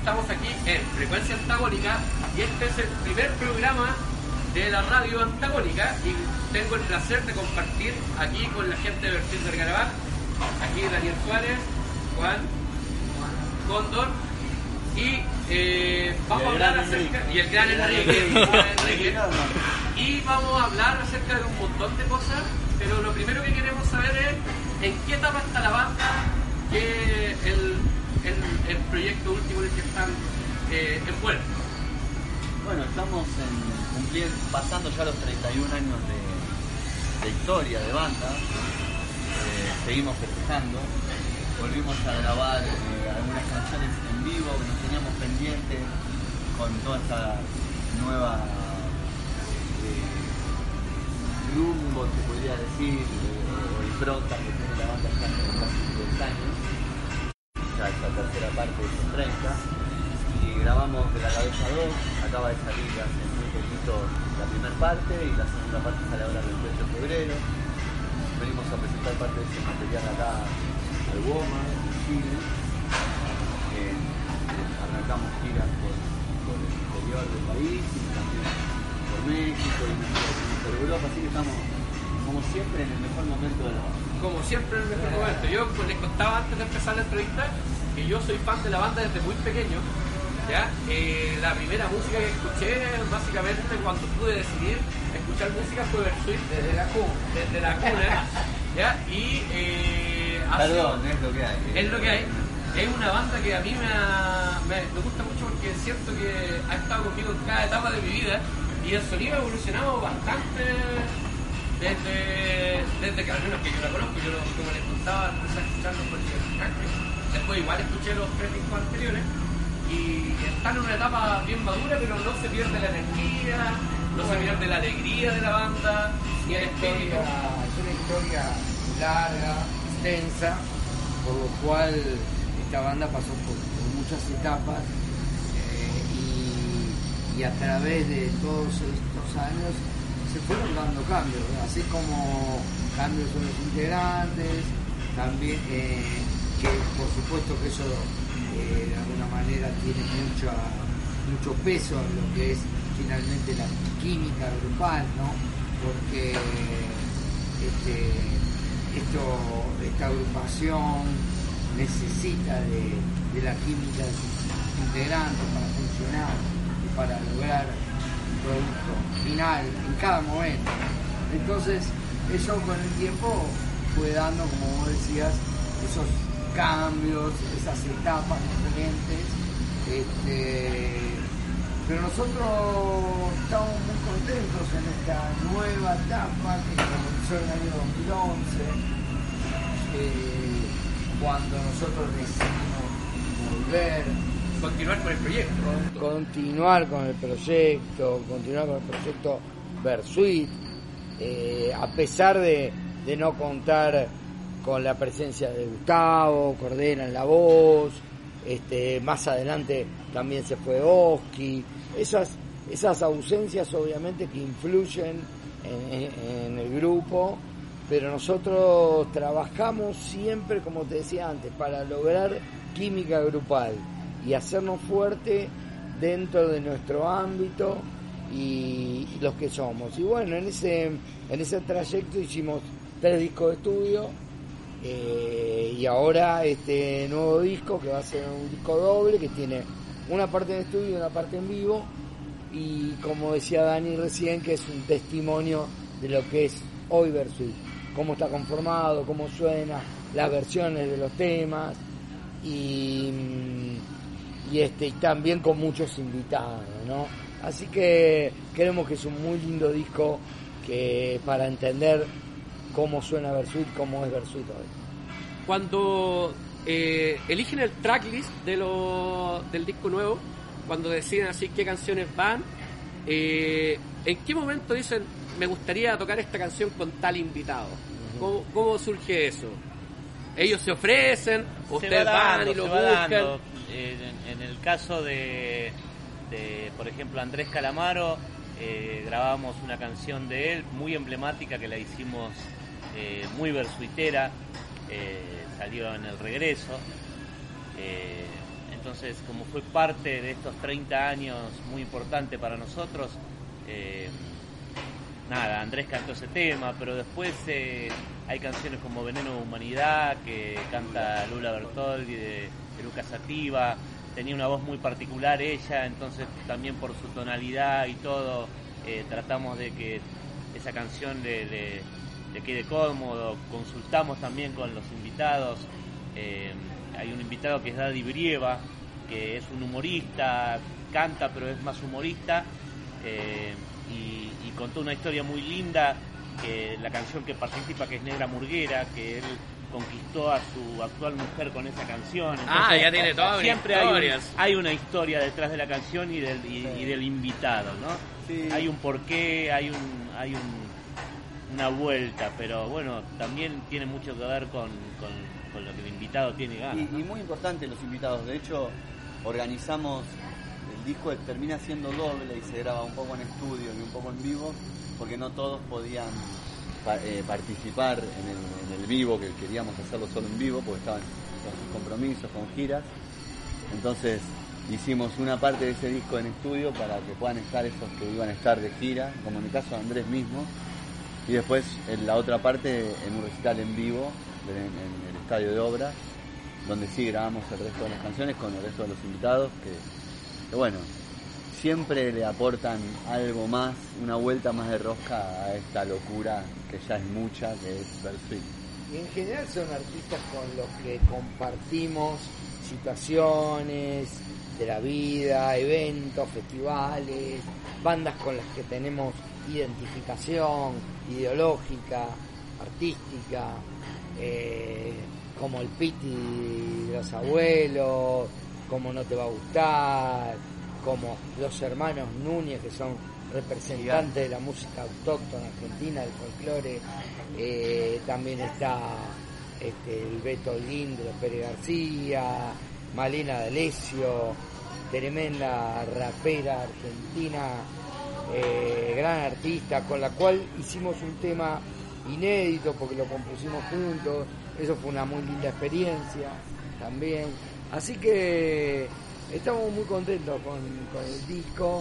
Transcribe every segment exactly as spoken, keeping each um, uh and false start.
estamos aquí en Frecuencia Antagónica y este es el primer programa de la radio antagónica y tengo el placer de compartir aquí con la gente de Bersuit Vergarabat, aquí Daniel Suárez, Juan, Cóndor y eh, vamos a hablar acerca y el gran Enrique, Enrique y vamos a hablar acerca de un montón de cosas, pero lo primero que queremos saber es en qué etapa está la banda, que el, el, el proyecto último en el que están eh, envueltos. Bueno, estamos en cumplir, pasando ya los treinta y un años de, de historia de banda. Eh, seguimos festejando. Volvimos a grabar eh, algunas canciones en vivo que nos teníamos pendientes con toda esta nueva eh, rumbo, se podría decir, eh, o impronta que tiene la banda ya hace casi diez años. Ya esta tercera parte de esos treinta. Y grabamos De la Cabeza dos, acaba de salir hace muy poquito la primera parte y la segunda parte sale ahora el veintiocho de febrero. Venimos a presentar parte de ese material acá al Woma, en Chile. Eh, eh, arrancamos giras por, por el interior del país y también por México y por Europa, así que estamos como siempre en el mejor momento de la banda. Como siempre en el mejor momento. Yo pues, les contaba antes de empezar la entrevista que yo soy fan de la banda desde muy pequeño. ¿Ya? Eh, la primera música que escuché, básicamente cuando pude decidir escuchar música fue Bersuit desde la cuna, desde la cuna, ¿ya? Y eh, Perdón, sido, es lo que hay. Es lo que hay. Es una banda que a mí me, ha, me, me gusta mucho porque siento que ha estado conmigo en cada etapa de mi vida y el sonido ha evolucionado bastante desde, desde que al menos que yo la conozco. Yo, como les contaba, empecé a escucharlo por el después igual escuché los tres discos anteriores y están en una etapa bien madura, pero no se pierde la energía, no bueno. se pierde la alegría de la banda y el espíritu. Es una historia larga, extensa, por lo cual esta banda pasó por, por muchas etapas eh, y, y a través de todos estos años se fueron dando cambios, ¿no? Así como cambios en los integrantes, también eh, que por supuesto que eso Eh, de alguna manera tiene mucha, mucho peso en lo que es finalmente la química grupal, ¿no? Porque este, esto, esta agrupación necesita de, de la química de sus integrantes para funcionar y para lograr un producto final en cada momento. Entonces eso con el tiempo fue dando, como vos decías, esos cambios, esas etapas diferentes, este, pero nosotros estamos muy contentos en esta nueva etapa que comenzó en el año dos mil once, eh, cuando nosotros decidimos volver, continuar con el proyecto, continuar con el proyecto, continuar con el proyecto Bersuit, eh, a pesar de, de no contar con la presencia de Gustavo Cordera en la voz, este, más adelante también se fue Oski, esas, esas ausencias obviamente que influyen en, en, en el grupo, pero nosotros trabajamos siempre, como te decía antes, para lograr química grupal y hacernos fuerte dentro de nuestro ámbito y, y los que somos. Y bueno, en ese, en ese trayecto hicimos tres discos de estudio. Eh, y ahora este nuevo disco que va a ser un disco doble que tiene una parte en estudio y una parte en vivo y como decía Dani recién que es un testimonio de lo que es hoy Bersuit, cómo está conformado, cómo suena, las versiones de los temas y, y este y también con muchos invitados, ¿no? Así que creemos que es un muy lindo disco que para entender cómo suena Bersuit, cómo es Bersuit hoy. Cuando eh, eligen el tracklist de lo, del disco nuevo, cuando deciden así qué canciones van, eh, ¿en qué momento dicen me gustaría tocar esta canción con tal invitado? Uh-huh. ¿Cómo, cómo surge eso? ¿Ellos se ofrecen? ¿Ustedes va van dando, y lo se va buscan? Dando. En, en el caso de, de, por ejemplo, Andrés Calamaro, eh, grabamos una canción de él muy emblemática que la hicimos eh, muy bersuitera, eh, salió en El Regreso. Eh, entonces como fue parte de estos treinta años muy importante para nosotros, eh, nada, Andrés cantó ese tema, pero después eh, hay canciones como Veneno de Humanidad, que canta Lula Bertoldi de, de Lucas Sativa. Tenía una voz muy particular ella, entonces también por su tonalidad y todo, eh, tratamos de que esa canción le, le, le quede cómodo. Consultamos también con los invitados. Eh, hay un invitado que es Daddy Brieva, que es un humorista, canta pero es más humorista, eh, y, y contó una historia muy linda, que la canción que participa, que es Negra Murguera, que él conquistó a su actual mujer con esa canción. Entonces, ah, ya tiene todas siempre hay, un, historias. hay una historia detrás de la canción y del, y, y del invitado, ¿no? Sí. Hay un porqué, hay un hay un, una vuelta, pero bueno, también tiene mucho que ver con, con, con lo que el invitado tiene ganas, Y, ¿no? y muy importante los invitados. De hecho, organizamos, el disco termina siendo doble y se graba un poco en estudio y un poco en vivo, porque no todos podían eh, participar en el, en el vivo, que queríamos hacerlo solo en vivo, porque estaban con sus compromisos, con giras. Entonces hicimos una parte de ese disco en estudio para que puedan estar esos que iban a estar de gira, como en el caso de Andrés mismo, y después en la otra parte en un recital en vivo en, en el Estadio de Obras, donde sí grabamos el resto de las canciones con el resto de los invitados, que, que bueno, siempre le aportan algo más, una vuelta más de rosca a esta locura que ya es mucha, que es Bersuit. Y en general son artistas con los que compartimos situaciones de la vida, eventos, festivales, bandas con las que tenemos identificación ideológica, artística, eh, como el Piti de los Abuelos, como No Te Va a Gustar, como los hermanos Núñez, que son representantes de la música autóctona argentina, del folclore. Eh, también está este, el Beto Holguín de los Pérez García, Malena D'Alessio, tremenda rapera argentina, eh, gran artista, con la cual hicimos un tema inédito porque lo compusimos juntos. Eso fue una muy linda experiencia también. Así que estamos muy contentos con, con el disco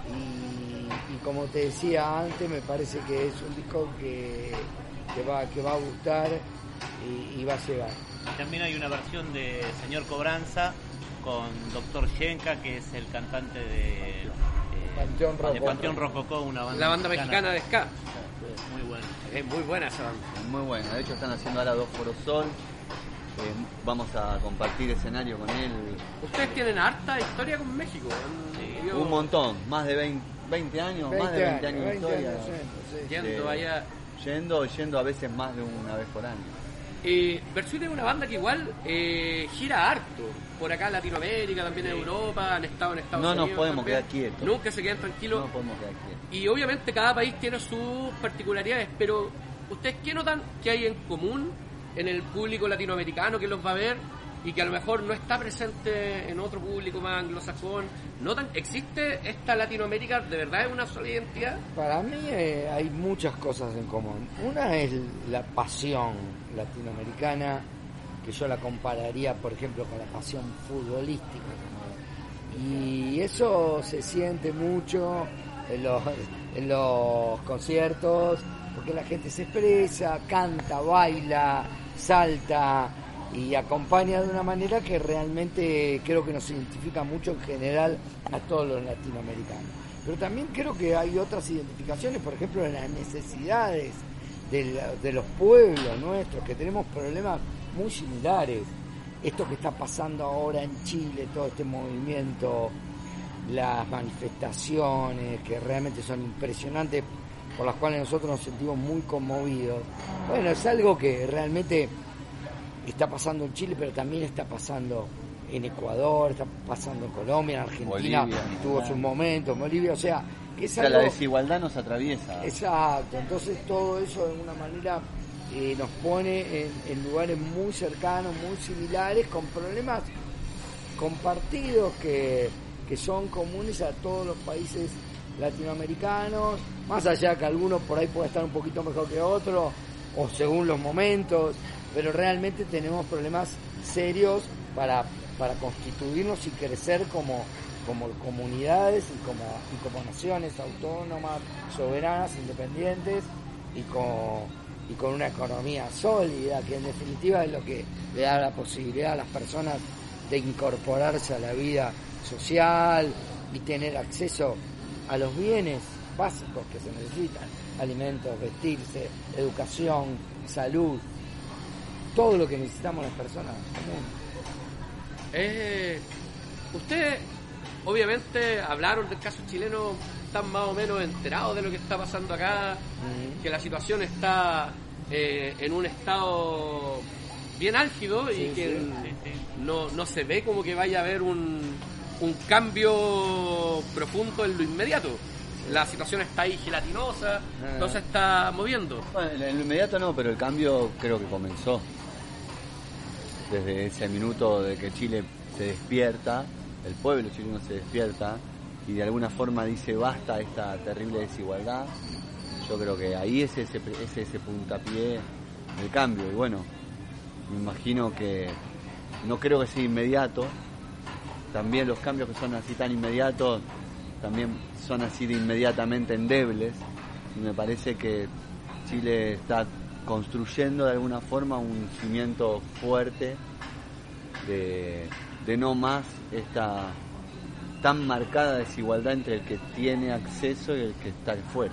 y, y como te decía antes, me parece que es un disco que, que, va, que va a gustar y, y va a llegar. También hay una versión de Señor Cobranza con Doctor Yenka, que es el cantante de, eh, Panteón Rococó. de Panteón Rococó, una banda La banda mexicana de ska. muy buena. Es muy buena esa banda. Muy buena, de hecho están haciendo ahora dos Foro Sol, eh, vamos a compartir escenario con él. Ustedes tienen harta historia con México. Sí, Yo- Un montón, más de veinte, veinte años, más de veinte años de veinte historia. años, sí, sí. Yendo de- allá. Yendo, yendo a veces más de una vez por año. Eh, Bersuit es una banda que igual eh, gira harto. Por acá en Latinoamérica, también en Europa, han estado en Estados No Unidos. nos podemos también. quedar quietos. Nunca se quedan tranquilos. No podemos quedar quietos. Y obviamente cada país tiene sus particularidades, pero ¿ustedes qué notan que hay en común en el público latinoamericano que los va a ver y que a lo mejor no está presente en otro público más anglosajón? ¿Notan? ¿Existe esta Latinoamérica? ¿De verdad es una sola identidad? Para mí eh, hay muchas cosas en común. Una es la pasión latinoamericana, que yo la compararía, por ejemplo, con la pasión futbolística. Y eso se siente mucho en los, en los conciertos, porque la gente se expresa, canta, baila, salta y acompaña de una manera que realmente creo que nos identifica mucho en general a todos los latinoamericanos. Pero también creo que hay otras identificaciones, por ejemplo, en las necesidades de, la- de los pueblos nuestros, que tenemos problemas muy similares. Esto que está pasando ahora en Chile, todo este movimiento, las manifestaciones que realmente son impresionantes, por las cuales nosotros nos sentimos muy conmovidos. Bueno, es algo que realmente está pasando en Chile, pero también está pasando en Ecuador, está pasando en Colombia, en Argentina, Bolivia, tuvo claro. sus momentos, en Bolivia, o sea, que O es sea, algo... la desigualdad nos atraviesa. Exacto, entonces todo eso de alguna manera eh, nos pone en, en lugares muy cercanos, muy similares, con problemas compartidos que, que son comunes a todos los países latinoamericanos, más allá que algunos por ahí pueda estar un poquito mejor que otros, o según los momentos, pero realmente tenemos problemas serios para para constituirnos y crecer como, como comunidades y como, y como naciones autónomas, soberanas, independientes y con, y con una economía sólida, que en definitiva es lo que le da la posibilidad a las personas de incorporarse a la vida social y tener acceso a los bienes básicos que se necesitan: alimentos, vestirse, educación, salud, todo lo que necesitamos las personas comunes. Eh, ustedes obviamente hablaron del caso chileno, están más o menos enterados de lo que está pasando acá, uh-huh. que la situación está eh, en un estado bien álgido y sí, que sí. No, no se ve como que vaya a haber un, un cambio profundo en lo inmediato. La situación está ahí gelatinosa, uh-huh. no se está moviendo. Bueno, en lo inmediato no, pero el cambio creo que comenzó. Desde ese minuto de que Chile se despierta, el pueblo chileno se despierta y de alguna forma dice basta a esta terrible desigualdad, yo creo que ahí es ese, es ese puntapié del cambio. Y bueno, me imagino que no creo que sea inmediato, también los cambios que son así tan inmediatos también son así de inmediatamente endebles, y me parece que Chile está construyendo de alguna forma un cimiento fuerte de, de no más esta tan marcada desigualdad entre el que tiene acceso y el que está fuera.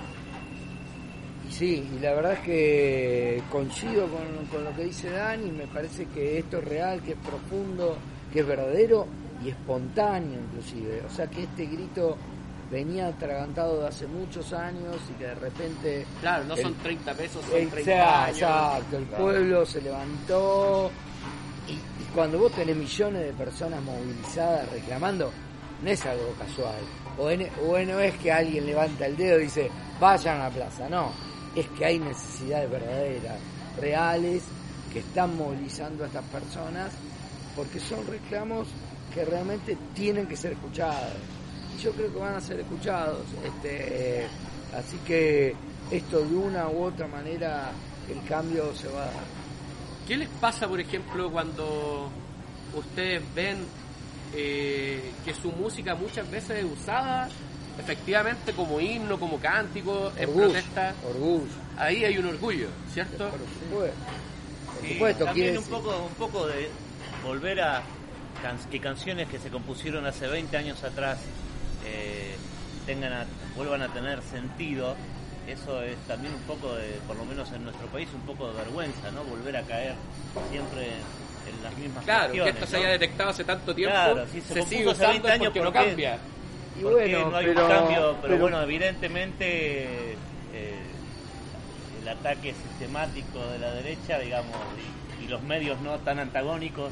Y sí, y la verdad es que coincido con, con lo que dice Dani, me parece que esto es real, que es profundo, que es verdadero y espontáneo inclusive, o sea que este grito venía atragantado de hace muchos años y que de repente... Claro, no el, son treinta pesos, son el, treinta años. Exacto, el claro. pueblo se levantó y, y cuando vos tenés millones de personas movilizadas reclamando, no es algo casual. O, en, o no es que alguien levanta el dedo y dice, vayan a la plaza, no. Es que hay necesidades verdaderas, reales, que están movilizando a estas personas porque son reclamos que realmente tienen que ser escuchados. Yo creo que van a ser escuchados, este, eh, así que esto de una u otra manera el cambio se va a dar. ¿Qué les pasa, por ejemplo, cuando ustedes ven eh, que su música muchas veces es usada efectivamente como himno, como cántico, en orgullo, protesta? Orgullo. Ahí hay un orgullo, ¿cierto? Por supuesto. Por sí, supuesto, también un poco, un poco de volver a can- que canciones que se compusieron hace veinte años atrás Eh, tengan a, vuelvan a tener sentido. Eso es también un poco de, por lo menos en nuestro país, un poco de vergüenza, ¿no? Volver a caer siempre en, en las mismas claro, cuestiones. que esto se ¿no? haya detectado hace tanto tiempo, claro, si se, se sigue hace veinte usando años porque no ¿por qué? cambia. Y ¿Por bueno, qué no hay pero, un cambio? Pero, pero bueno, evidentemente eh, el ataque sistemático de la derecha, digamos, y, y los medios no tan antagónicos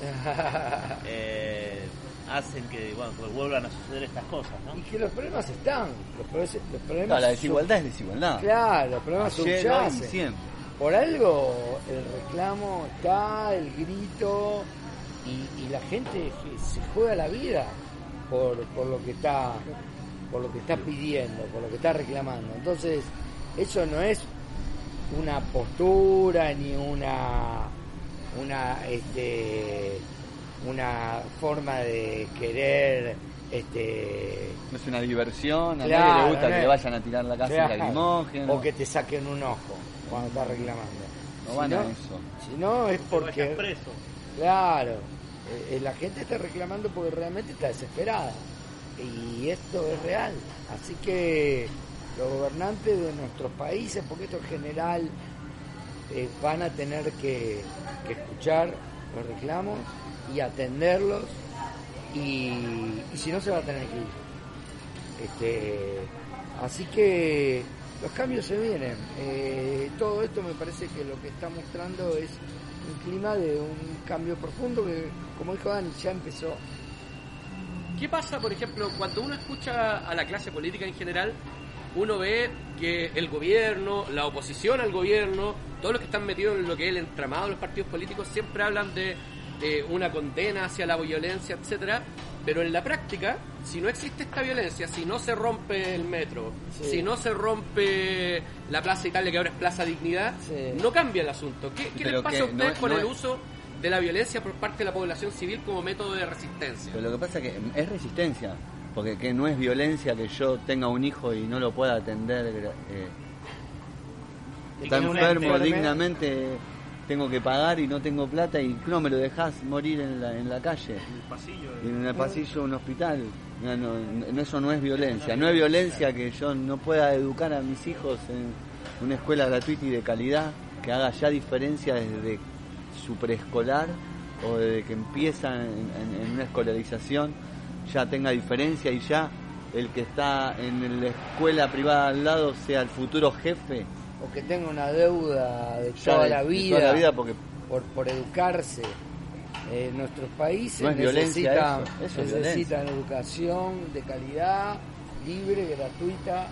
eh, hacen que, bueno, que vuelvan a suceder estas cosas, ¿no? Y que los problemas están, los problemas, los problemas Claro, la son- desigualdad es desigualdad. Claro, los problemas Ayer, hoy y subyacen. siempre. Por algo el reclamo está, el grito y, y la gente se juega la vida por, por lo que está por lo que está pidiendo, por lo que está reclamando. Entonces, eso no es una postura ni una una este una forma de querer este No es una diversión, a Claro, nadie le gusta no que es- le vayan a tirar la casa claro, y lacrimógeno. o que te saquen un ojo cuando estás reclamando. No Si van no, a eso. Si no es Que porque vayas preso. claro, eh, la gente está reclamando porque realmente está desesperada y esto es real. Así que los gobernantes de nuestros países, porque esto es general, eh, van a tener que, que escuchar los reclamos y atenderlos y, y si no se va a tener que ir. Este, así que los cambios se vienen. Eh, todo esto me parece que lo que está mostrando es un clima de un cambio profundo que, como dijo Dani, ya empezó. ¿Qué pasa, por ejemplo, cuando uno escucha a la clase política en general? Uno ve que el gobierno, la oposición al gobierno, todos los que están metidos en lo que es el entramado de los partidos políticos siempre hablan de eh, una condena hacia la violencia, etcétera. Pero en la práctica, si no existe esta violencia, si no se rompe el metro, Sí. si no se rompe la Plaza Italia, que ahora es Plaza Dignidad, Sí. no cambia el asunto. ¿Qué, qué les Pero pasa que a ustedes no- con no el es- uso de la violencia por parte de la población civil como método de resistencia. Pero lo que pasa es que es resistencia, porque que no es violencia que yo tenga un hijo y no lo pueda atender, eh, está enfermo dignamente, tengo que pagar y no tengo plata y no me lo dejas morir en la, en la calle, en el pasillo, en el pasillo de un hospital. No, no, no, eso no es violencia, no es violencia que yo no pueda educar a mis hijos en una escuela gratuita y de calidad, que haga ya diferencia desde su preescolar o desde que empieza en, en, en una escolarización, ya tenga diferencia y ya el que está en la escuela privada al lado sea el futuro jefe. O que tenga una deuda de toda, de, la, vida, de toda la vida porque por, por educarse. Eh, nuestros países no es necesitan, eso, eso es necesitan educación de calidad, libre, gratuita,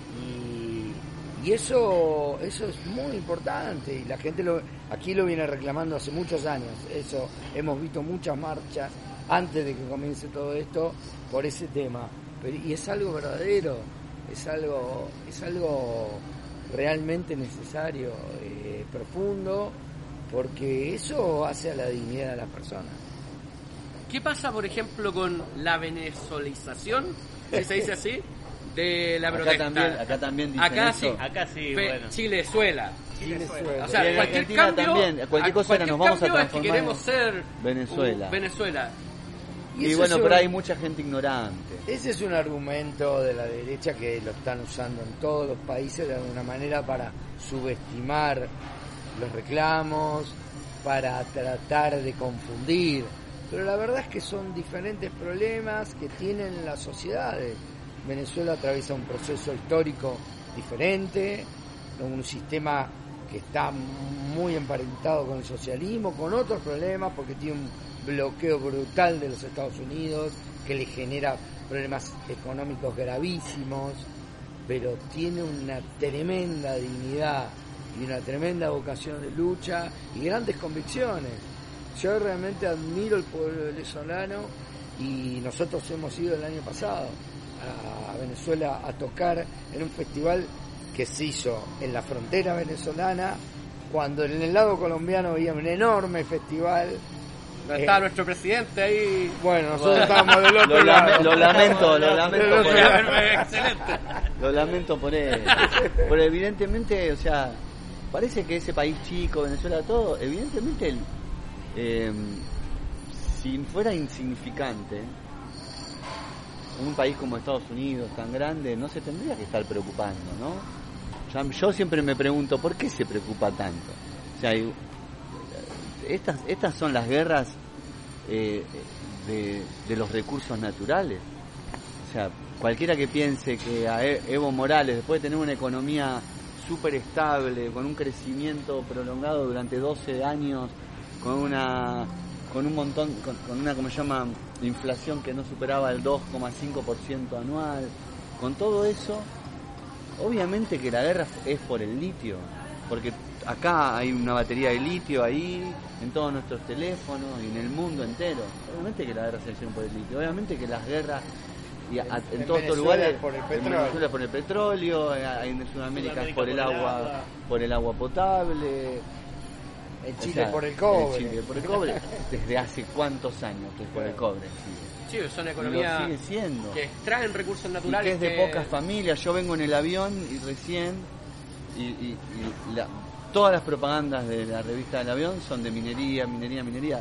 y, y eso eso es muy importante, y la gente lo, aquí lo viene reclamando hace muchos años. Eso, hemos visto muchas marchas antes de que comience todo esto por ese tema, pero, y es algo verdadero, es algo es algo realmente necesario, eh, profundo, porque eso hace a la dignidad de las personas. ¿Qué pasa, por ejemplo, con la venezolización, si se dice así, de la protesta? Acá también, acá también dicen acá eso. sí, acá sí, Fe, bueno. Chilezuela. Chilezuela. O sea, Y en cualquier Argentina cambio, también, cualquier cosa cualquier nos vamos a cambio es que transformar queremos ser Venezuela. uh, Venezuela. Y, Y eso bueno, es pero un- hay mucha gente ignorante. Ese es un argumento de la derecha que lo están usando en todos los países de alguna manera para subestimar los reclamos, para tratar de confundir. Pero la verdad es que son diferentes problemas que tienen las sociedades. Venezuela atraviesa un proceso histórico diferente, un sistema que está muy emparentado con el socialismo, con otros problemas, porque tiene un bloqueo brutal de los Estados Unidos que le genera problemas económicos gravísimos, pero tiene una tremenda dignidad y una tremenda vocación de lucha y grandes convicciones. Yo realmente admiro el pueblo venezolano, y nosotros hemos ido el año pasado a Venezuela a tocar en un festival que se hizo en la frontera venezolana, cuando en el lado colombiano había un enorme festival. Donde estaba Eh, nuestro presidente ahí. Bueno, nosotros estábamos del otro Lo, lado. lame- lo lamento, lo lamento por él. Excelente. Lo lamento por él. Pero evidentemente, o sea, parece que ese país chico, Venezuela, todo, evidentemente, el, eh, si fuera insignificante, un país como Estados Unidos, tan grande, no se tendría que estar preocupando, ¿no? Yo, yo siempre me pregunto, ¿por qué se preocupa tanto? O sea, hay- estas, estas son las guerras eh, de, de los recursos naturales. O sea, cualquiera que piense que a E- Evo Morales, después de tener una economía súper estable, con un crecimiento prolongado durante doce años, con una con un montón, con, con una, como se llama, inflación que no superaba el dos coma cinco por ciento anual, con todo eso, obviamente que la guerra es por el litio, porque acá hay una batería de litio ahí, en todos nuestros teléfonos y en el mundo entero. Obviamente que la guerra se hace por el litio, obviamente que las guerras y a- a- en, En todos estos Venezuela lugares, es por el en petróleo. Venezuela por el petróleo, en en Sudamérica es por el agua, por el agua potable. En O Chile sea, por el cobre. en Chile por el cobre. ¿Desde hace cuántos años que es por el cobre? Sí. Sí, son Lo economías sigue siendo. que extraen recursos Y naturales. que es de que- pocas familias. Yo vengo en el avión y recién y, y- y la- todas las propagandas de la revista del avión son de minería, minería, minería,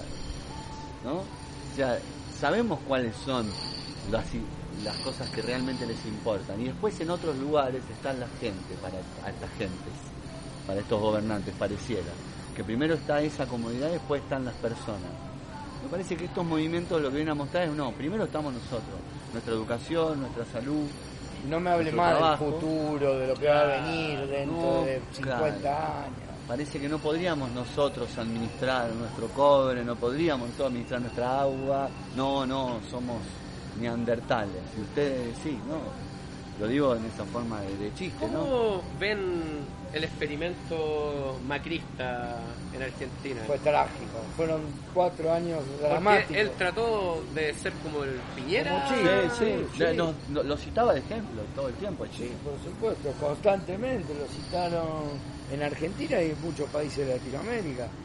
¿no? O sea, sabemos cuáles son las, las cosas que realmente les importan, y después en otros lugares están la gente, para a estas gentes, para estos gobernantes, pareciera que primero está esa comodidad y después están las personas. Me parece que estos movimientos lo que vienen a mostrar es, no, primero estamos nosotros, nuestra educación, nuestra salud. No me hable nuestro más trabajo. del futuro, de lo que va a venir dentro No, de cincuenta claro. años. Parece que no podríamos nosotros administrar nuestro cobre, no podríamos nosotros administrar nuestra agua. No, no, somos neandertales. Y ustedes sí, no. Lo digo en esa forma de, de chiste, ¿no? ¿Cómo ven el experimento macrista en Argentina? Fue trágico. Fueron cuatro años Porque dramáticos. él trató de ser como el Piñera. Como Sí, Chile. sí, sí. Lo, lo- lo citaba de ejemplo todo el tiempo, Sí, Chile. por supuesto, constantemente lo citaron en Argentina y en muchos países de Latinoamérica.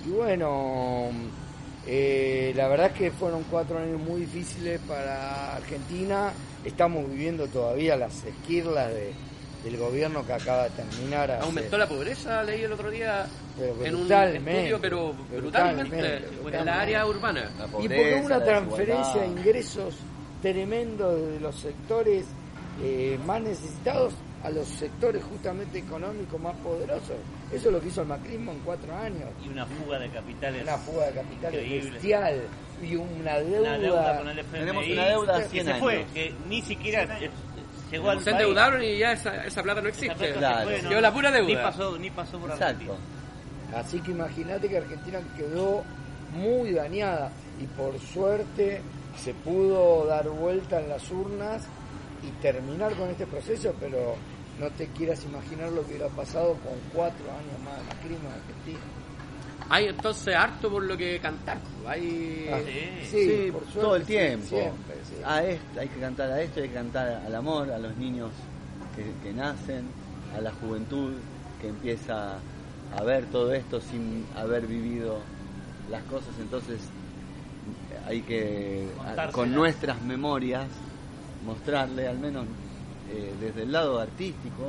y bueno, eh, la verdad es que fueron cuatro años muy difíciles para Argentina. Estamos viviendo todavía las esquirlas de, del gobierno que acaba de terminar. Hace, aumentó la pobreza, leí el otro día en un estudio, pero brutalmente, brutalmente en la área urbana. La pobreza, y porque una transferencia de ingresos tremendo de los sectores eh, más necesitados a los sectores justamente económicos más poderosos. Eso es lo que hizo el macrismo en cuatro años. Y una fuga de capitales. Una fuga de capitales increíble. Bestial. Y una deuda. Una deuda con el F M I. Tenemos una deuda de cien que se fue, años. que ni siquiera llegó al se país. endeudaron y ya esa, esa plata no existe. Plata claro. fue, no, quedó la pura deuda. Ni pasó, ni pasó por Argentina. Exacto. Así que imagínate que Argentina quedó muy dañada y por suerte se pudo dar vuelta en las urnas y terminar con este proceso, pero no te quieras imaginar lo que hubiera pasado con cuatro años más de macrismo en Argentina. Hay entonces harto por lo que cantar. Hay... Ah, sí, sí, sí, por suerte, todo el sí, tiempo. Siempre, sí. A esto, hay que cantar a esto, hay que cantar al amor, a los niños que, que nacen, a la juventud que empieza a ver todo esto sin haber vivido las cosas. Entonces hay que, a, con nuestras memorias, mostrarle al menos eh, desde el lado artístico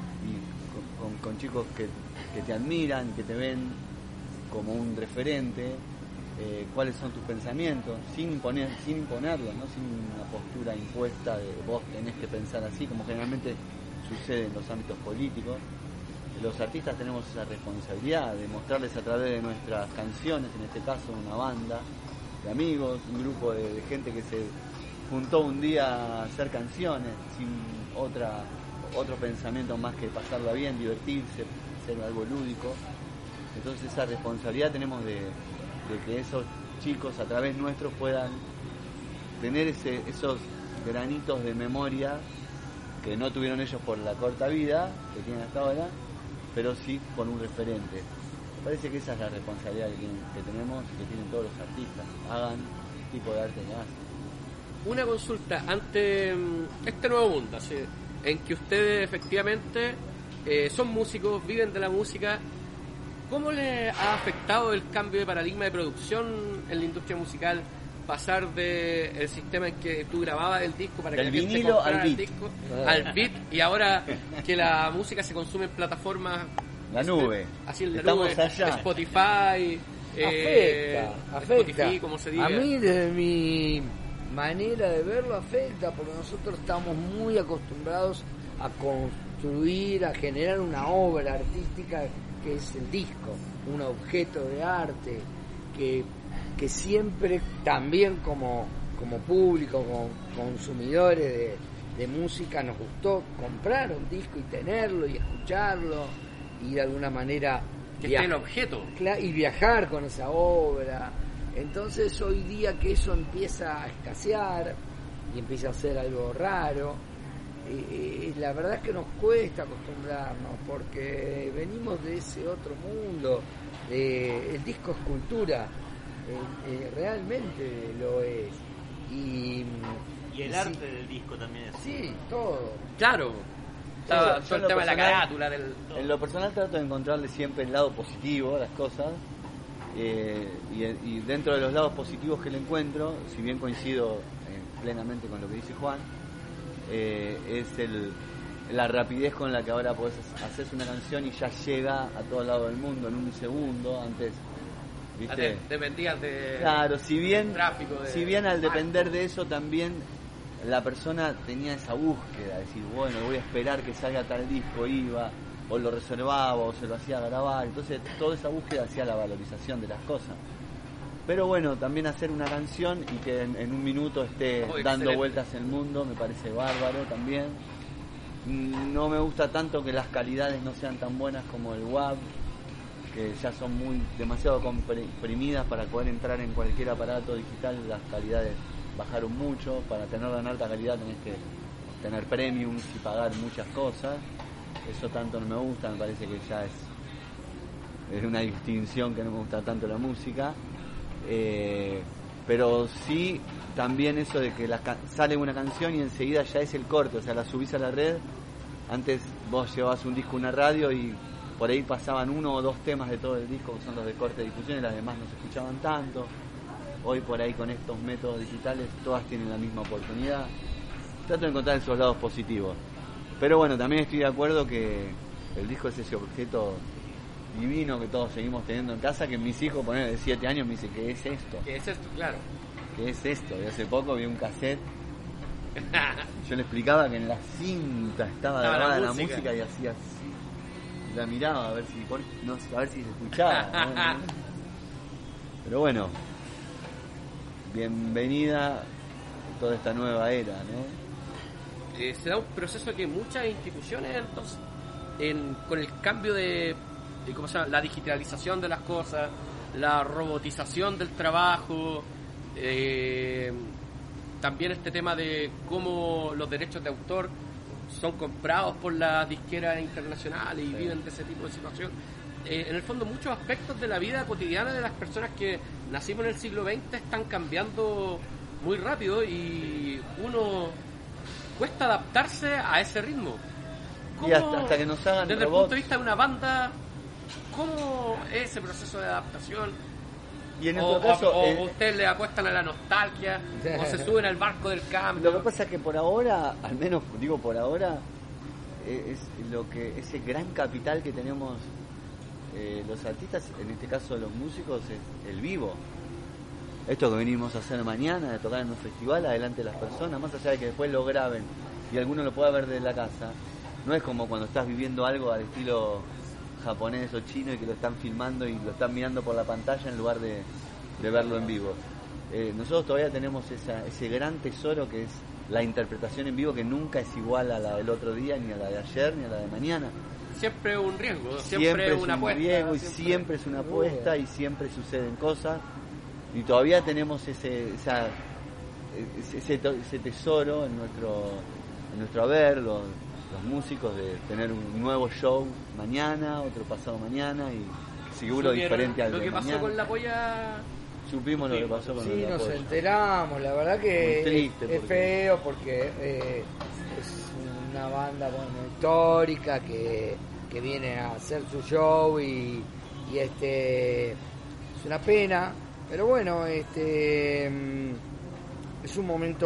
y con, con, con chicos que, que te admiran, que te ven como un referente, eh, cuáles son tus pensamientos, sin imponer, sin imponerlo, ¿no? Sin una postura impuesta de vos tenés que pensar así, como generalmente sucede en los ámbitos políticos. Los artistas tenemos esa responsabilidad de mostrarles a través de nuestras canciones, en este caso una banda de amigos, un grupo de, de gente que se juntó un día a hacer canciones sin otra otro pensamiento más que pasarla bien, divertirse, ser algo lúdico. Entonces esa responsabilidad tenemos de, de que esos chicos a través nuestro puedan tener ese, esos granitos de memoria que no tuvieron ellos por la corta vida que tienen hasta ahora, pero sí con un referente. Me parece que esa es la responsabilidad que, tienen, que tenemos y que tienen todos los artistas, hagan el tipo de arte que hacen. Una consulta ante este nuevo mundo, así, en que ustedes efectivamente eh, son músicos, viven de la música. ¿Cómo les ha afectado el cambio de paradigma de producción en la industria musical? Pasar del de sistema en que tú grababas el disco para Del que la gente vinilo comprara al el beat. disco, al beat, y ahora que la música se consume en plataformas, la nube, así en la estamos nube, allá. Spotify, eh, afecta, afecta. Spotify, como se diga. A mí, desde mi manera de verlo, afecta, porque nosotros estamos muy acostumbrados a construir, a generar una obra artística que es el disco, un objeto de arte que, que siempre también como, como público, como consumidores de, de música nos gustó comprar un disco y tenerlo y escucharlo y de alguna manera que esté el objeto y viajar con esa obra. Entonces hoy día que eso empieza a escasear y empieza a ser algo raro, Eh, la verdad es que nos cuesta acostumbrarnos porque venimos de ese otro mundo. Eh, el disco es cultura, eh, eh, realmente lo es. Y, y el y arte sí, del disco también es. Sí, todo. Claro. Todo, todo el tema de la carátula. Del... En lo personal trato de encontrarle siempre el lado positivo a las cosas. Eh, y, y dentro de los lados positivos que le encuentro, si bien coincido eh, plenamente con lo que dice Juan, Eh, es el, la rapidez con la que ahora podés hacer una canción y ya llega a todo lado del mundo en un segundo. Antes, ¿viste? Dependías de claro, si bien, tráfico de si bien al depender de eso también la persona tenía esa búsqueda, decir, bueno, voy a esperar que salga tal disco, iba, o lo reservaba, o se lo hacía grabar. Entonces toda esa búsqueda hacía la valorización de las cosas. Pero bueno, también hacer una canción y que en, en un minuto esté oh, dando excelente. vueltas el mundo me parece bárbaro también. No me gusta tanto que las calidades no sean tan buenas como el W A V, que ya son muy demasiado comprimidas para poder entrar en cualquier aparato digital. Las calidades bajaron mucho, para tenerla en alta calidad tenés que tener premiums y pagar muchas cosas. Eso tanto no me gusta, me parece que ya es, es una distinción que no me gusta tanto la música. Eh, pero sí también eso de que la, sale una canción y enseguida ya es el corte, o sea, la subís a la red. Antes vos llevabas un disco a una radio y por ahí pasaban uno o dos temas de todo el disco, que son los de corte de difusión, y las demás no se escuchaban tanto. Hoy por ahí con estos métodos digitales todas tienen la misma oportunidad. Trato de encontrar esos lados positivos. Pero bueno, también estoy de acuerdo que el disco es ese objeto divino que todos seguimos teniendo en casa, que mis hijos, poner de siete años, me dicen, ¿qué es esto? ¿Qué es esto? Claro. ¿Qué es esto? Y hace poco vi un cassette. Yo le explicaba que en la cinta estaba Estaba grabada la la música. música y hacía así. La miraba a ver si por- no, a ver si se escuchaba. ¿no? Pero bueno, bienvenida a toda esta nueva era, ¿no? Eh, se da un proceso que muchas instituciones, entonces, en, con el cambio de, de ¿cómo se llama? La digitalización de las cosas, la robotización del trabajo, eh, también este tema de cómo los derechos de autor son comprados por las disqueras internacionales y Sí. viven de ese tipo de situación. Eh, en el fondo, muchos aspectos de la vida cotidiana de las personas que nacimos en el siglo veinte están cambiando muy rápido y uno cuesta adaptarse a ese ritmo. Y hasta, hasta que nos hagan desde el robots. punto de vista de una banda, ¿cómo es ese proceso de adaptación? Y en o, nuestro caso, o- o eh, ustedes le apuestan a la nostalgia, o se suben al barco del cambio. lo que pasa es que por ahora, al menos digo por ahora, eh, es lo que ese gran capital que tenemos eh, los artistas, en este caso los músicos, es el vivo. Esto que venimos a hacer mañana, de tocar en un festival, adelante de las personas, más allá de que después lo graben y alguno lo pueda ver desde la casa, no es como cuando estás viviendo algo al estilo japonés o chino y que lo están filmando y lo están mirando por la pantalla en lugar de, de verlo en vivo. Eh, nosotros todavía tenemos esa, ese gran tesoro que es la interpretación en vivo, que nunca es igual a la del otro día, ni a la de ayer, ni a la de mañana. Siempre un riesgo, siempre, Siempre es una un apuesta. riesgo y siempre- siempre es una apuesta y siempre suceden cosas. Y todavía tenemos ese esa, ese, ese to- ese tesoro en nuestro en nuestro haber, los, los músicos, de tener un nuevo show mañana, otro pasado mañana y seguro ¿Supieron diferente al lo de que pasó mañana. con la polla? Supimos lo que pasó con Sí, el nos apoyo. enteramos, la verdad que Muy triste, es, es porque- feo porque eh, es una banda bueno, histórica que, que viene a hacer su show y, y este es una pena, pero bueno, este mm, es un momento,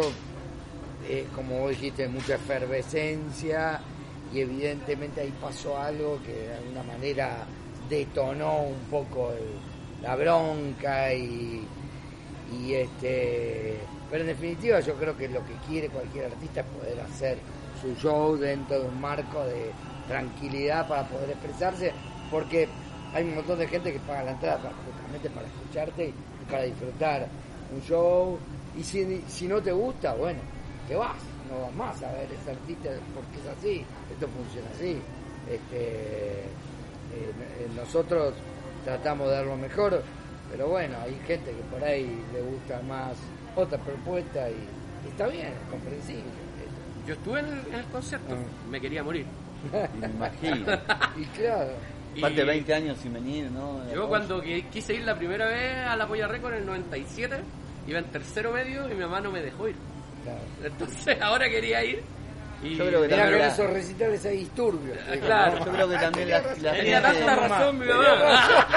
eh, como vos dijiste, de mucha efervescencia y evidentemente ahí pasó algo que de alguna manera detonó un poco el- la bronca y, y este pero en definitiva yo creo que lo que quiere cualquier artista es poder hacer su show dentro de un marco de tranquilidad para poder expresarse, porque hay un montón de gente que paga la entrada para, justamente para escucharte y para disfrutar un show, y si, si no te gusta, bueno, te vas, no vas más a ver ese artista porque es así, esto funciona así. Este, eh, eh, nosotros tratamos de dar lo mejor, pero bueno, hay gente que por ahí le gusta más otra propuesta y, y está bien, es comprensible. Yo estuve en el, en el concierto, Ah. me quería morir. Y me imagino. Y claro, Y Aparte veinte años sin venir, ¿no? De Yo apoyo. cuando qui- quise ir la primera vez a la Polla Record en el noventa y siete, iba en tercero medio y mi mamá no me dejó ir. claro. Entonces ahora quería ir. Y Yo creo que Mirá, también con la- esos recitales hay disturbios. Ah, claro. Yo creo que también la, la tenía gente, tanta razón mi mamá.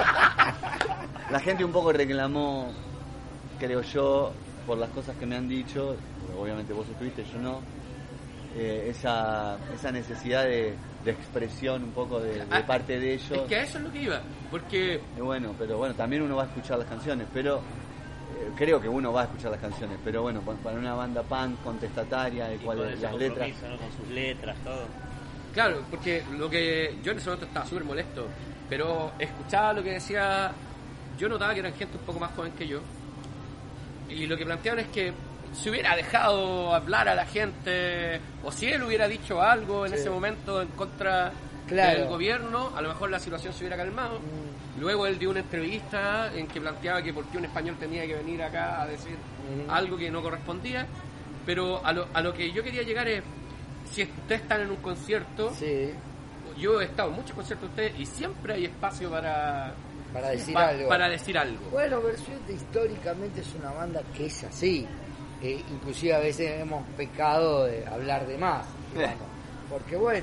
la gente un poco reclamó, creo yo, por las cosas que me han dicho, obviamente vos estuviste, yo no, eh, esa, esa necesidad de, de expresión un poco de, de Ah, parte de ellos. Es que a eso es lo que iba. Porque Y bueno, pero bueno, también uno va a escuchar las canciones, pero eh, creo que uno va a escuchar las canciones, pero bueno, pa- para una banda punk contestataria, de Y cual con ese las letras, compromiso, ¿no? Con sus letras, todo. Claro, porque lo que yo en ese momento estaba súper molesto, pero escuchaba lo que decía, yo notaba que eran gente un poco más joven que yo, y lo que planteaban es que si hubiera dejado hablar a la gente, o si él hubiera dicho algo en Sí. ese momento en contra Claro. del gobierno, a lo mejor la situación se hubiera calmado. Mm. Luego él dio una entrevista en que planteaba que por qué un español tenía que venir acá a decir Ujú. algo que no correspondía, pero a lo, a lo que yo quería llegar es, si ustedes están en un concierto, Sí, yo he estado en muchos conciertos de ustedes y siempre hay espacio para, para decir pa- algo. para decir algo. Bueno, Versuit históricamente es una banda que es así. Eh, inclusive a veces hemos pecado de hablar de más, digamos. Porque bueno,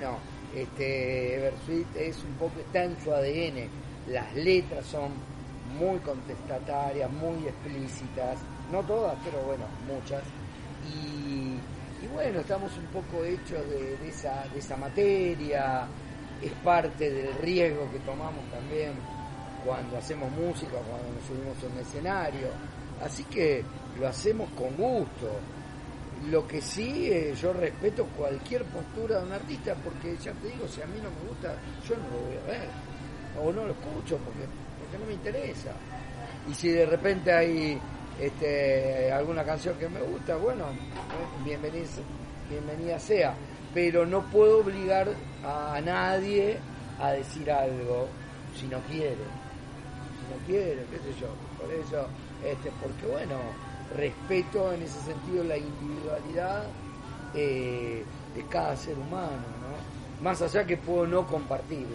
Este, Bersuit es un poco, está en su A D N. Las letras son muy contestatarias, muy explícitas, no todas, pero bueno, muchas. Y, y bueno, estamos un poco hechos de, de, esa, de esa materia, es parte del riesgo que tomamos también cuando hacemos música, cuando nos subimos a un escenario, así que lo hacemos con gusto. Lo que sí, eh, yo respeto cualquier postura de un artista, porque ya te digo, si a mí no me gusta, yo no lo voy a ver, o no lo escucho porque, porque no me interesa. Y si de repente hay este, alguna canción que me gusta, bueno, bienvenida, bienvenida sea, pero no puedo obligar a nadie a decir algo si no quiere, si no quiere, qué sé yo. Por eso, este, porque bueno, respeto en ese sentido la individualidad eh, de cada ser humano, ¿no? Más allá que puedo no compartir.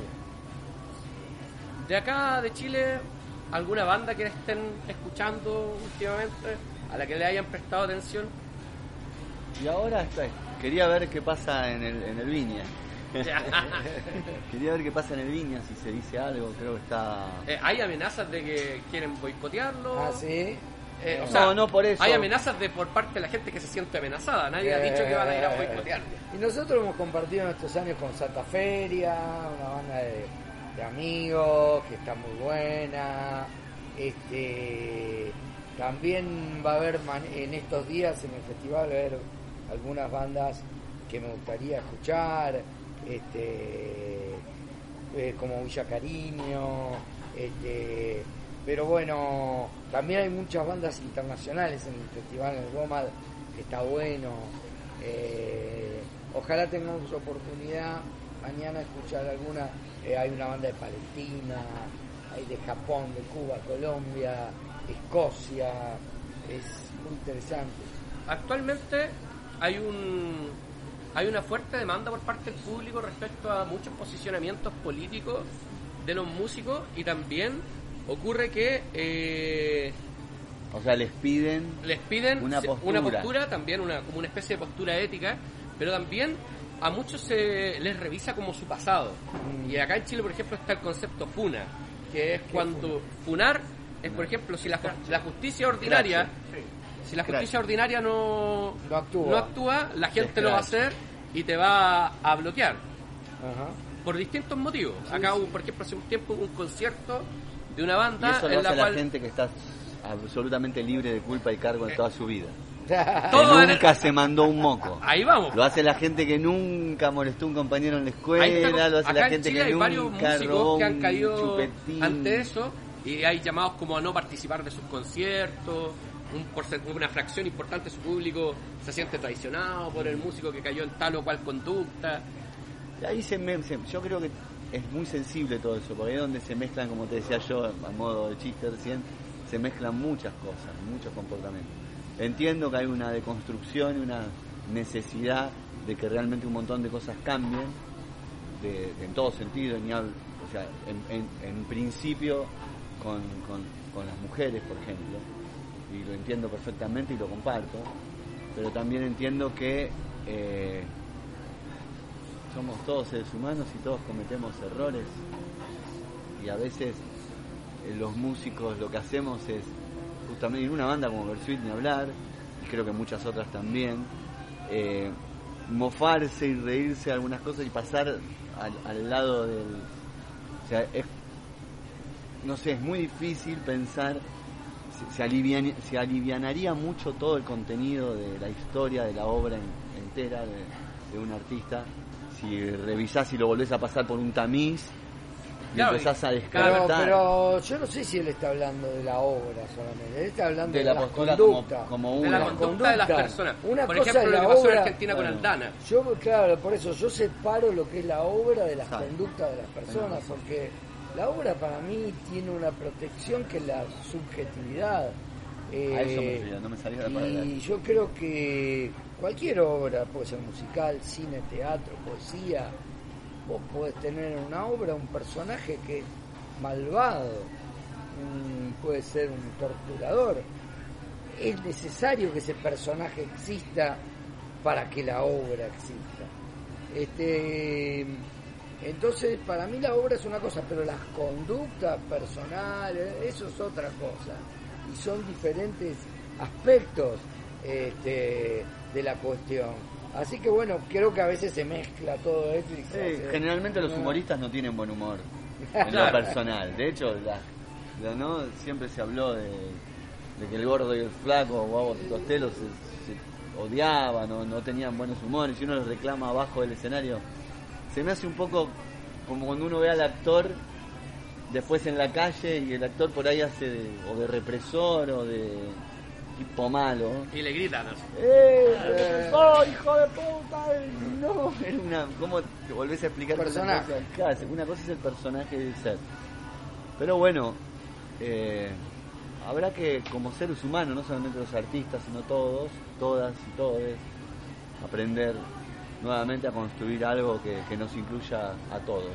De acá, de Chile, ¿alguna banda que estén escuchando últimamente, a la que le hayan prestado atención? Y ahora estoy. Quería ver qué pasa en el, en el Viña. Quería ver qué pasa en el Viña, si se dice algo, creo que está... Eh, ¿Hay amenazas de que quieren boicotearlo? Ah, sí. Eh, o no, sea, no por eso. Hay amenazas de por parte de la gente que se siente amenazada. Nadie eh, ha dicho que van a ir a boicotear. Y nosotros hemos compartido nuestros años con Santa Feria, una banda de, de amigos que está muy buena. Este, también va a haber man, en estos días en el festival va a haber algunas bandas que me gustaría escuchar, este, eh, como Villa Cariño, este, pero bueno, también hay muchas bandas internacionales en el festival, en el Roma, que está bueno. Eh, ojalá tengamos oportunidad mañana de escuchar alguna. Eh, hay una banda de Palestina, hay de Japón, de Cuba, Colombia, Escocia, es muy interesante. Actualmente hay un hay una fuerte demanda por parte del público respecto a muchos posicionamientos políticos de los músicos, y también ocurre que eh, o sea, les piden les piden una postura, una postura también una como una especie de postura ética, pero también a muchos se les revisa como su pasado. Mm. Y acá en Chile, por ejemplo, está el concepto funa, que es cuando funar es, por ejemplo, si la, la justicia ordinaria si la justicia ordinaria no no actúa, no actúa la gente lo va a hacer y te va a bloquear. Ajá. Por distintos motivos. Sí, acá, sí. Por ejemplo, hace un tiempo hubo un concierto de una banda y eso lo en hace la cual la gente que está absolutamente libre de culpa y cargo en toda su vida. Todo que nunca era... se mandó un moco. Ahí vamos. Lo hace la gente que nunca molestó a un compañero en la escuela, está, lo hace acá la en gente Chile que hay nunca varios músicos que han caído chupetín. ante eso, y hay llamados como a no participar de sus conciertos. Un porcent- una fracción importante de su público se siente traicionado por el músico que cayó en tal o cual conducta. Y ahí se, me, se yo creo que es muy sensible todo eso, porque ahí es donde se mezclan, como te decía yo, a modo de chiste recién, se mezclan muchas cosas, muchos comportamientos. Entiendo que hay una deconstrucción y una necesidad de que realmente un montón de cosas cambien, de, de, en todo sentido, ni hablo, o sea, en, en, en principio con, con, con las mujeres, por ejemplo, y lo entiendo perfectamente y lo comparto, pero también entiendo que eh, somos todos seres humanos y todos cometemos errores, y a veces eh, los músicos lo que hacemos es, justamente en una banda como Bersuit ni hablar, y creo que muchas otras también, eh, mofarse y reírse de algunas cosas y pasar al, al lado del... O sea, es, no sé, es muy difícil pensar, se, se, alivian, se alivianaría mucho todo el contenido de la historia, de la obra en, entera de, de un artista, si revisás y lo volvés a pasar por un tamiz y claro, empezás a Pero, descartar. pero yo no sé si él está hablando de la obra solamente, él está hablando de, de la las postura conductas. como, como de una la conducta de las personas. Una por cosa ejemplo, es lo la que pasó obra, en Argentina bueno, con Aldana. Yo, claro, por eso yo separo lo que es la obra de las ¿Sabe? conductas de las personas, porque la obra para mí tiene una protección que es la subjetividad. Eh, A eso me refería, no me salía la palabra. Y yo creo que cualquier obra, puede ser musical, cine, teatro, poesía, vos podés tener en una obra un personaje que es malvado, un, puede ser un torturador. Es necesario que ese personaje exista para que la obra exista. Este, Entonces, para mí la obra es una cosa, pero las conductas personales, eso es otra cosa. Y son diferentes aspectos este, de la cuestión. Así que bueno, creo que a veces se mezcla todo esto. Y Sí, hace, generalmente los humoristas no tienen buen humor en lo personal. De hecho, la, la, ¿no? siempre se habló de, de que el gordo y el flaco, Guavo y Costello, se, se odiaban, no, no tenían buenos humores. Y uno los reclama abajo del escenario. Se me hace un poco como cuando uno ve al actor después en la calle y el actor por ahí hace de, o de represor o de tipo malo. Y le gritan así. ¡Eh! ¡Represor, hijo de puta! No, es una... ¿Cómo te volvés a explicar? Personaje. Una cosa, claro, una cosa es el personaje del ser. Pero bueno, eh, habrá que, como seres humanos, no solamente los artistas, sino todos, todas y todos, aprender nuevamente a construir algo que, que nos incluya a todos.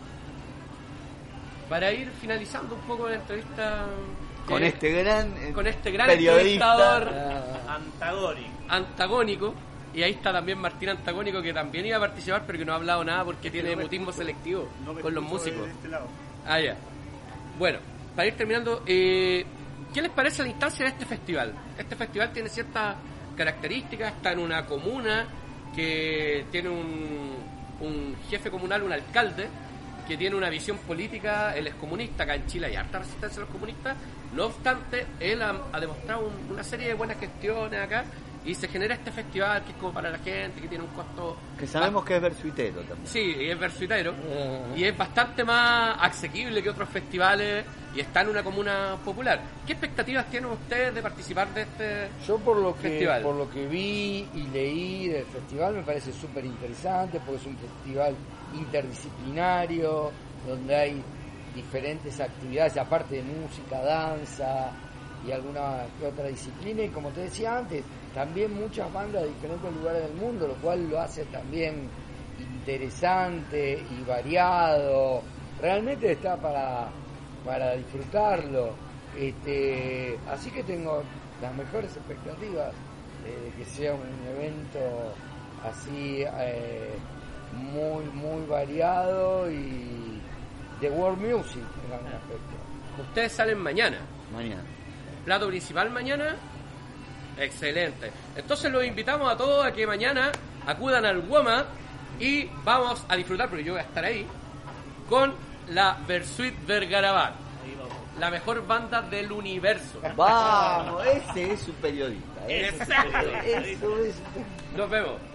Para ir finalizando un poco la entrevista Con eh, este gran eh, con este gran periodista entrevistador Antagónico. antagónico, y ahí está también Martín Antagónico, que también iba a participar pero que no ha hablado nada porque tiene mutismo selectivo No me con los excuso de- músicos. de este lado. Ah, ya. Bueno, para ir terminando, eh, ¿qué les parece la instancia de este festival? Este festival tiene ciertas características, está en una comuna que tiene un, un jefe comunal, un alcalde, que tiene una visión política. Él es comunista, acá en Chile hay harta resistencia a los comunistas. No obstante, él ha, ha demostrado un, una serie de buenas gestiones acá, y se genera este festival que es como para la gente, que tiene un costo... que sabemos que es versuitero también. Sí, y es versuitero, Uh-huh. y es bastante más asequible que otros festivales, y está en una comuna popular. ¿Qué expectativas tienen ustedes de participar de este Yo por lo que festival? por lo que vi y leí del festival me parece súper interesante, porque es un festival interdisciplinario donde hay diferentes actividades aparte de música, danza y alguna que otra disciplina, y como te decía antes, también muchas bandas de diferentes lugares del mundo, lo cual lo hace también interesante y variado. Realmente está para para disfrutarlo. Este, así que tengo las mejores expectativas eh, de que sea un evento así eh, muy muy variado y de world music en algún aspecto. Ustedes salen mañana. Mañana. Plato principal mañana. Excelente. Entonces los invitamos a todos a que mañana acudan al WOMA y vamos a disfrutar, porque yo voy a estar ahí, con la Versuit Vergarabat, la mejor banda del universo. Vamos, ese es un periodista. ¿eh? Ese es un periodista. Eso es. Nos vemos.